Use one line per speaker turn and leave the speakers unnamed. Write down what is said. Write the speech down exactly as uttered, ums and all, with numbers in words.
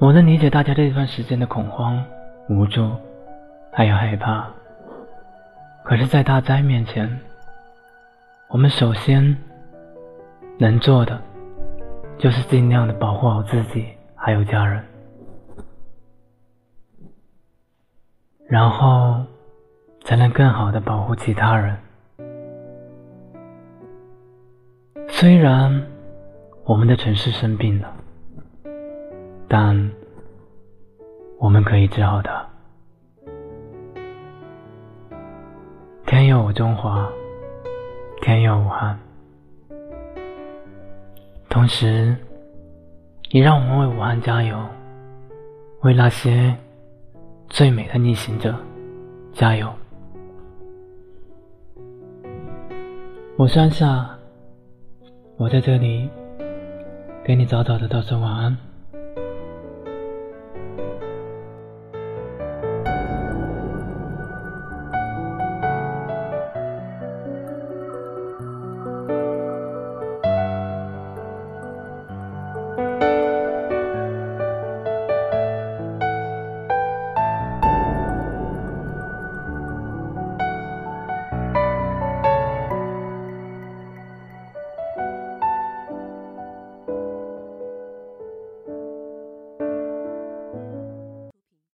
我能理解大家这段时间的恐慌、无助，还有害怕。可是在大灾面前，我们首先能做的就是尽量的保护好自己还有家人，然后才能更好的保护其他人。虽然我们的城市生病了，但我们可以治好它。天佑我中华，天佑武汉。同时也让我们为武汉加油，为那些最美的逆行者加油。我是安夏，我在这里给你早早的道声晚安。